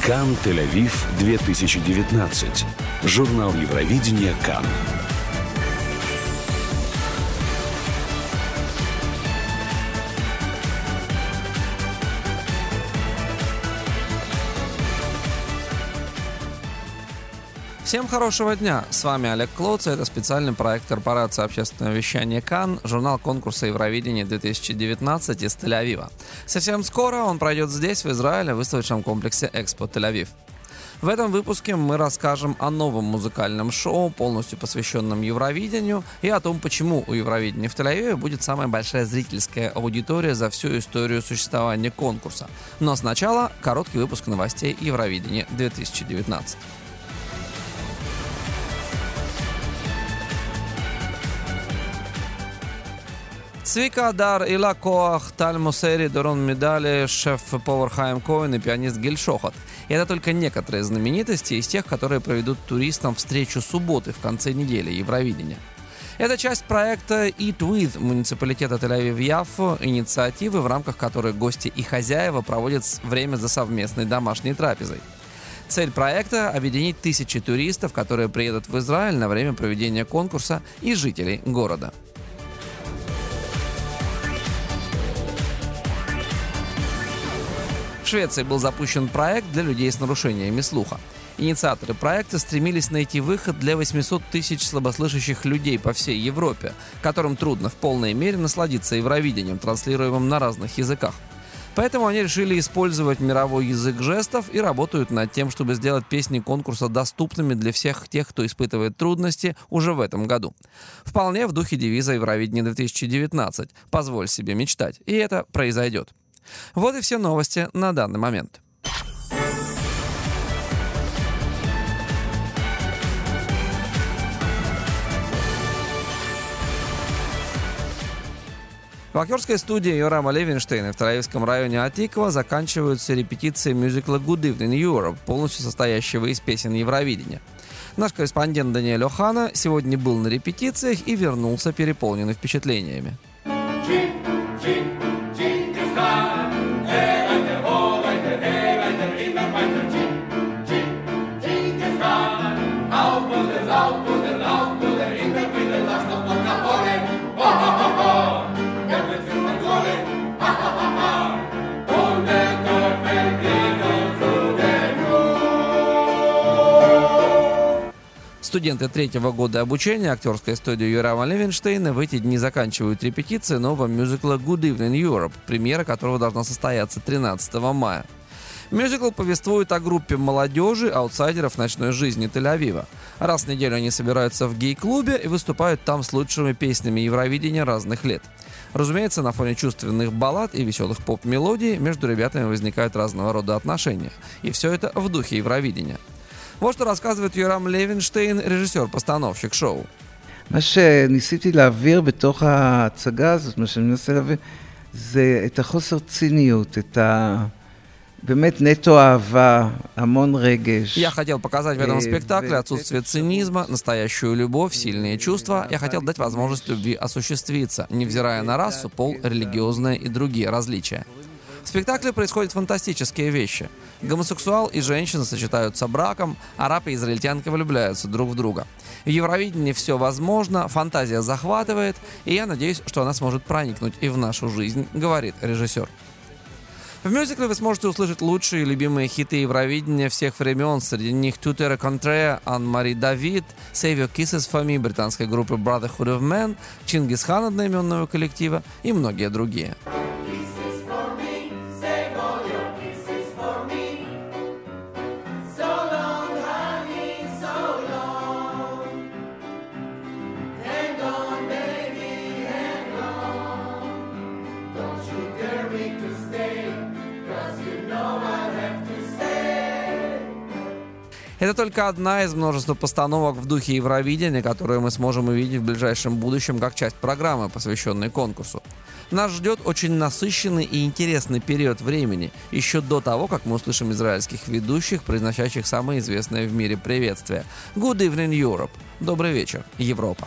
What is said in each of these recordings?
Cannes Тель-Авив 2019. Журнал Евровидения «Cannes». Всем хорошего дня! С вами Олег Клоц, и это специальный проект корпорации общественного вещания «Cannes», журнал конкурса Евровидения 2019 из Тель-Авива. Совсем скоро он пройдет здесь, в Израиле, в выставочном комплексе «Экспо Тель-Авив». В этом выпуске мы расскажем о новом музыкальном шоу, полностью посвященном Евровидению, и о том, почему у Евровидения в Тель-Авиве будет самая большая зрительская аудитория за всю историю существования конкурса. Но сначала короткий выпуск новостей Евровидения 2019. Цвика Адар, Ила Коах, Таль Мусери, Дорон Медали, шеф-повар Хаим Коэн и пианист Гиль Шохот. И это только некоторые знаменитости из тех, которые проведут туристам встречу субботы в конце недели Евровидения. Это часть проекта Eat With муниципалитета Тель-Авив-Яффо, инициативы, в рамках которой гости и хозяева проводят время за совместной домашней трапезой. Цель проекта – объединить тысячи туристов, которые приедут в Израиль на время проведения конкурса, и жителей города. В Швеции был запущен проект для людей с нарушениями слуха. Инициаторы проекта стремились найти выход для 800 тысяч слабослышащих людей по всей Европе, которым трудно в полной мере насладиться Евровидением, транслируемым на разных языках. Поэтому они решили использовать мировой язык жестов и работают над тем, чтобы сделать песни конкурса доступными для всех тех, кто испытывает трудности уже в этом году. Вполне в духе девиза Евровидения 2019 «Позволь себе мечтать», и это произойдет. Вот и все новости на данный момент. В актерской студии Йорама Левинштейна в Тель-Авивском районе Атиква заканчиваются репетиции мюзикла Good Evening Europe, полностью состоящего из песен Евровидения. Наш корреспондент Даниэль Охана сегодня был на репетициях и вернулся переполненный впечатлениями. Студенты третьего года обучения актерской студии Йорама Левинштейна в эти дни заканчивают репетиции нового мюзикла Good Evening Europe, премьера которого должна состояться 13 мая. Мюзикл повествует о группе молодежи, аутсайдеров ночной жизни Тель-Авива. Раз в неделю они собираются в гей-клубе и выступают там с лучшими песнями Евровидения разных лет. Разумеется, на фоне чувственных баллад и веселых поп-мелодий между ребятами возникают разного рода отношения. И все это в духе Евровидения. Вот что рассказывает Йорам Левинштейн, режиссер-постановщик шоу. מה שניסיתי להעביר בתוך ההצגה הזאת, מה שאני מנסה להעביר, זה את החוסר ציניות, את באמת נטו אהבה, המון רגש. Я хотел показать в этом спектакле отсутствие цинизма, настоящую любовь, сильные чувства. Я хотел дать возможность любви осуществиться, невзирая на расу, пол, религиозные и другие различия. В спектакле происходят фантастические вещи. Гомосексуал и женщина сочетаются браком, араб и израильтянка влюбляются друг в друга. В Евровидении все возможно, фантазия захватывает, и я надеюсь, что она сможет проникнуть и в нашу жизнь, говорит режиссер. В мюзикле вы сможете услышать лучшие любимые хиты Евровидения всех времен, среди них «Tout est rencontré», «Анн-Мари Давид», «Save Your Kisses for Me» британской группы Brotherhood of Man, «Чингисхан» одноименного коллектива и многие другие. Это только одна из множества постановок в духе Евровидения, которые мы сможем увидеть в ближайшем будущем как часть программы, посвященной конкурсу. Нас ждет очень насыщенный и интересный период времени, еще до того, как мы услышим израильских ведущих, произносящих самые известные в мире приветствия. Good evening, Europe. Добрый вечер, Европа.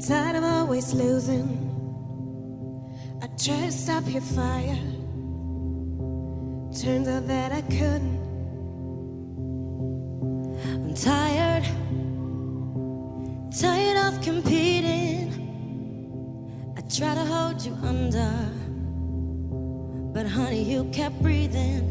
Tired of always losing. I tried to stop your fire. Turns out that I couldn't. I'm tired of competing. I try to hold you under, but honey, you kept breathing.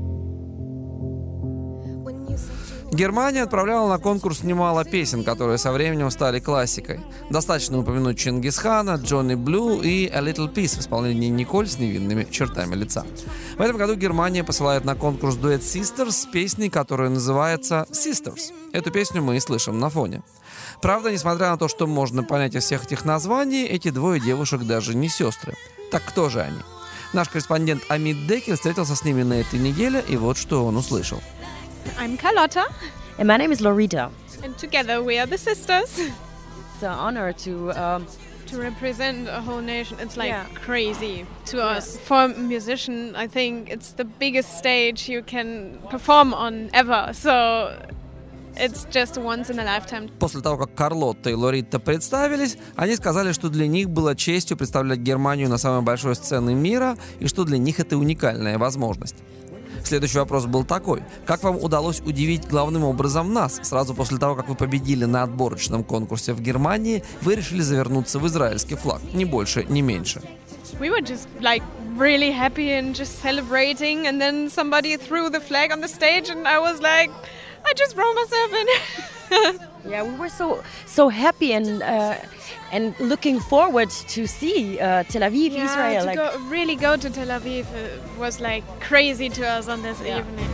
Германия отправляла на конкурс немало песен, которые со временем стали классикой. Достаточно упомянуть Чингисхана, Джонни Блю и A Little Peace в исполнении Николь с невинными чертами лица. В этом году Германия посылает на конкурс дуэт Sisters с песней, которая называется Sisters. Эту песню мы и слышим на фоне. Правда, несмотря на то, что можно понять из всех этих названий, эти двое девушек даже не сестры. Так кто же они? Наш корреспондент Амит Декер встретился с ними на этой неделе, и вот что он услышал. I'm Carlotta. And my name is Lorita. And together we are the sisters. It's an honor to represent a whole nation. It's like crazy to us. For a musician, I think it's the biggest stage you can perform on ever. So it's just once in a lifetime. После того, как Карлотта и Лорита представились, они сказали, что для них было честью представлять Германию на самой большой сцене мира и что для них это уникальная возможность. Следующий вопрос был такой. Как вам удалось удивить главным образом нас? Сразу после того, как вы победили на отборочном конкурсе в Германии, вы решили завернуться в израильский флаг. Ни больше, ни меньше. We were just like really happy and just celebrating, and then somebody threw the flag on the stage and I was like, I just throw myself in. Yeah, we were so happy and looking forward to see Tel Aviv, Israel. Really go to Tel Aviv was like crazy to us on this evening.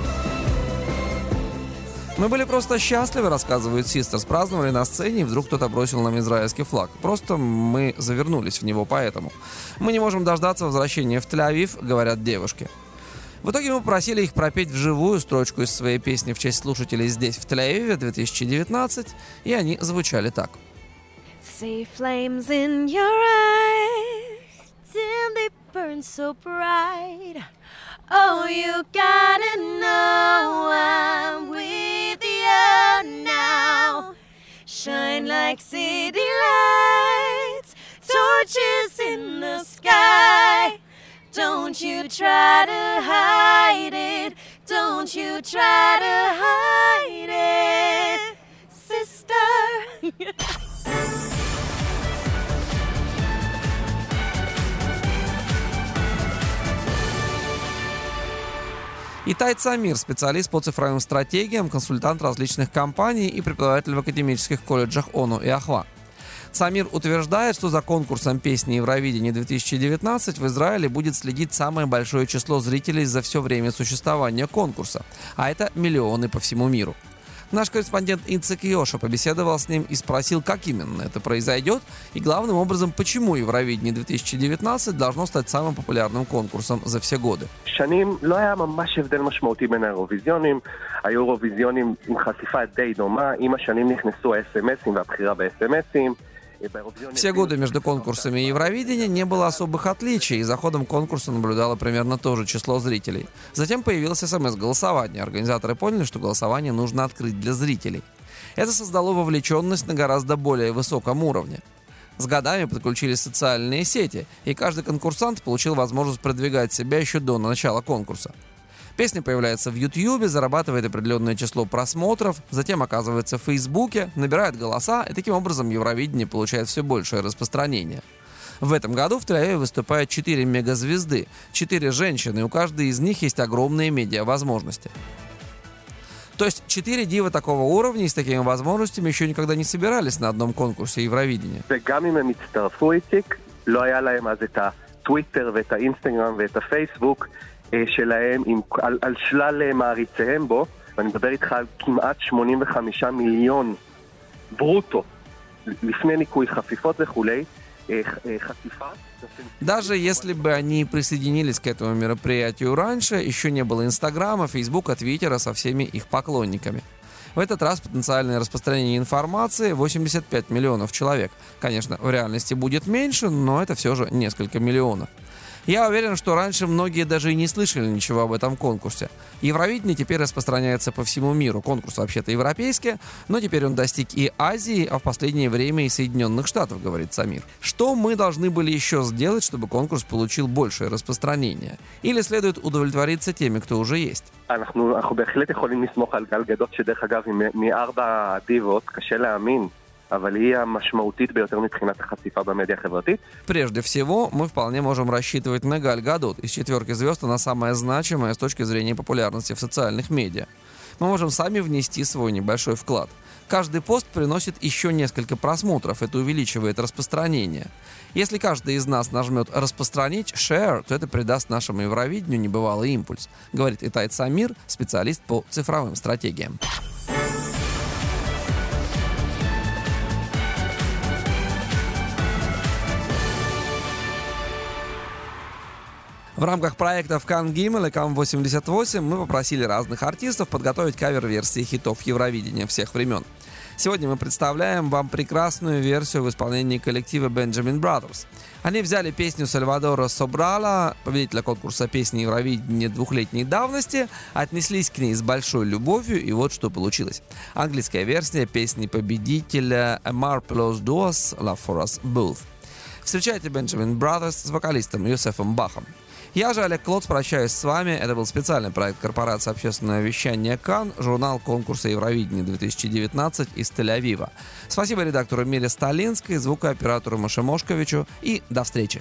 Мы были просто счастливы, рассказывают Sisters, праздновали на сцене, и вдруг кто-то бросил нам израильский флаг. Просто мы завернулись в него поэтому. Мы не можем дождаться возвращения в Тель-Авив, говорят девушки. В итоге мы попросили их пропеть вживую строчку из своей песни в честь слушателей здесь, в Тель-Авиве 2019, и они звучали так. See flames in your eyes till they burn so bright. Oh, you gotta know I'm with you now. Shine like city lights, torches in the sky. Don't you try to hide it. Don't you try to hide it, sister. Итай Цамир, специалист по цифровым стратегиям, консультант различных компаний и преподаватель в академических колледжах ОНУ и Ахва. Цамир утверждает, что за конкурсом песни Евровидения 2019 в Израиле будет следить самое большое число зрителей за все время существования конкурса, а это миллионы по всему миру. Наш корреспондент Ицек Йоша побеседовал с ним и спросил, как именно это произойдет, и главным образом, почему Евровидение 2019 должно стать самым популярным конкурсом за все годы. שנים לא היה ממש הבדל משמעותי בין האירוויזיונים, היו אירוויזיונים עם חשיפה די דומה, עם השנים נכנסו ה-SMSים והבחירה ב-SMSים. Все годы между конкурсами Евровидения не было особых отличий, и за ходом конкурса наблюдало примерно то же число зрителей. Затем появилось СМС-голосование. Организаторы поняли, что голосование нужно открыть для зрителей. Это создало вовлеченность на гораздо более высоком уровне. С годами подключились социальные сети, и каждый конкурсант получил возможность продвигать себя еще до начала конкурса. Песня появляется в Ютьюбе, зарабатывает определенное число просмотров, затем оказывается в Фейсбуке, набирает голоса, и таким образом Евровидение получает все большее распространение. В этом году в Тель-Авиве выступают 4 мегазвезды, 4 женщины, и у каждой из них есть огромные медиа-возможности. То есть 4 дива такого уровня и с такими возможностями еще никогда не собирались на одном конкурсе Евровидения. שלהם על שלל מעריציהם בו, ואני מדבר איתך על כמעט 85 מיליון ברוטו לפני ניקוי חפיפות וכולי. חשיפה. Даже если бы они присоединились к этому мероприятию раньше, еще не было Инстаграма, Фейсбука, Твиттера со всеми их поклонниками. В этот раз потенциальное распространение информации 85 миллионов человек. Конечно, в реальности будет меньше, но это все же несколько миллионов. Я уверен, что раньше многие даже и не слышали ничего об этом конкурсе. Евровидение теперь распространяется по всему миру. Конкурс вообще-то европейский, но теперь он достиг и Азии, а в последнее время и Соединенных Штатов, говорит Самир. Что мы должны были еще сделать, чтобы конкурс получил большее распространение? Или следует удовлетвориться теми, кто уже есть? אנחנו בהחלט יכולים לסמוך על גל גדות, שדרך אגב מארבע דיבות, קשה להאמין. אבל היא המשמעותית ביותר מבחינת החשיפה במדיה החברתית. Прежде всего, мы вполне можем рассчитывать на Галь Гадот. Из 4 звезд она самая значимая с точки зрения популярности в социальных медиа. Мы можем сами внести свой небольшой вклад. Каждый пост приносит еще несколько просмотров, это увеличивает распространение. Если каждый из нас нажмет «распространить», «share», то это придаст нашему Евровидению небывалый импульс, говорит Итайт Самир, специалист по цифровым стратегиям. В рамках проектов Кан Гиммель и Кан 88 мы попросили разных артистов подготовить кавер-версии хитов Евровидения всех времен. Сегодня мы представляем вам прекрасную версию в исполнении коллектива Benjamin Brothers. Они взяли песню Сальвадора Собрала, победителя конкурса песни Евровидения 2-летней давности, отнеслись к ней с большой любовью, и вот что получилось. Английская версия песни победителя A Marvelous Duos Love for Us Both. Встречайте Benjamin Brothers с вокалистом Йосефом Бахом. Я же, Олег Клотц, прощаюсь с вами. Это был специальный проект корпорации «Общественное вещание Кан», журнал конкурса Евровидения 2019 из Тель-Авива. Спасибо редактору Мире Сталинской, звукооператору Маше Мошковичу и до встречи.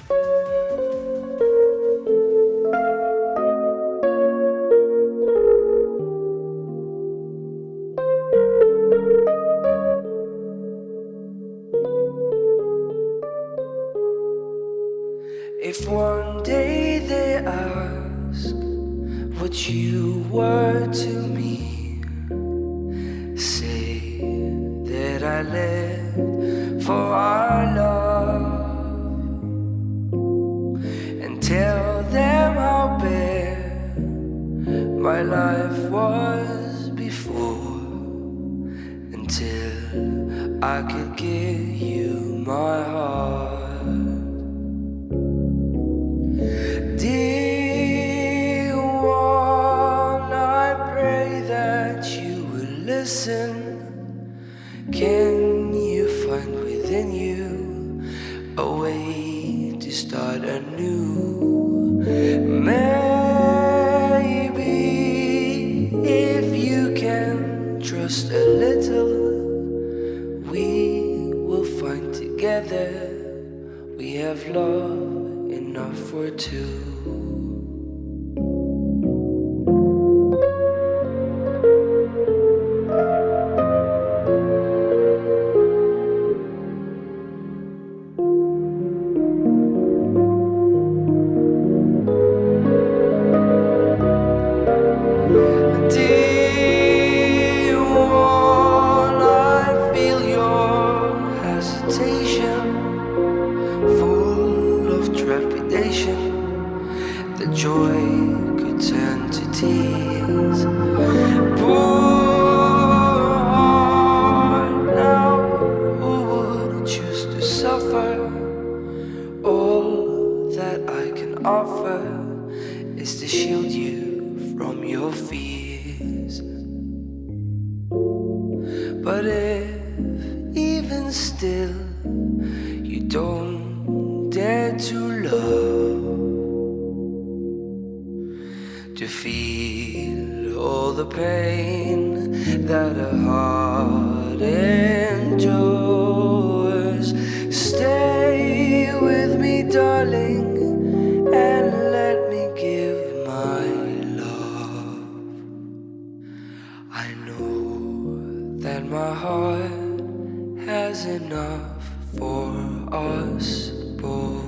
If one day they ask what you were to me, say that I lived for our love, and tell them how bare my life was before, until I could give you my heart. Dear one, I pray that you will listen. Can you find within you a way to start anew? Maybe if you can trust a little, we will find together we have love enough for two. Dear one, I feel your hesitation, full of trepidation. The joy could turn to tears. Poor heart, now who would choose to suffer? All that I can offer is to shield you from your fears. But if even still you don't dare to love, to feel all the pain that a heart endures, stay with me, darling, and let me give my love. I know that my heart has enough for us both.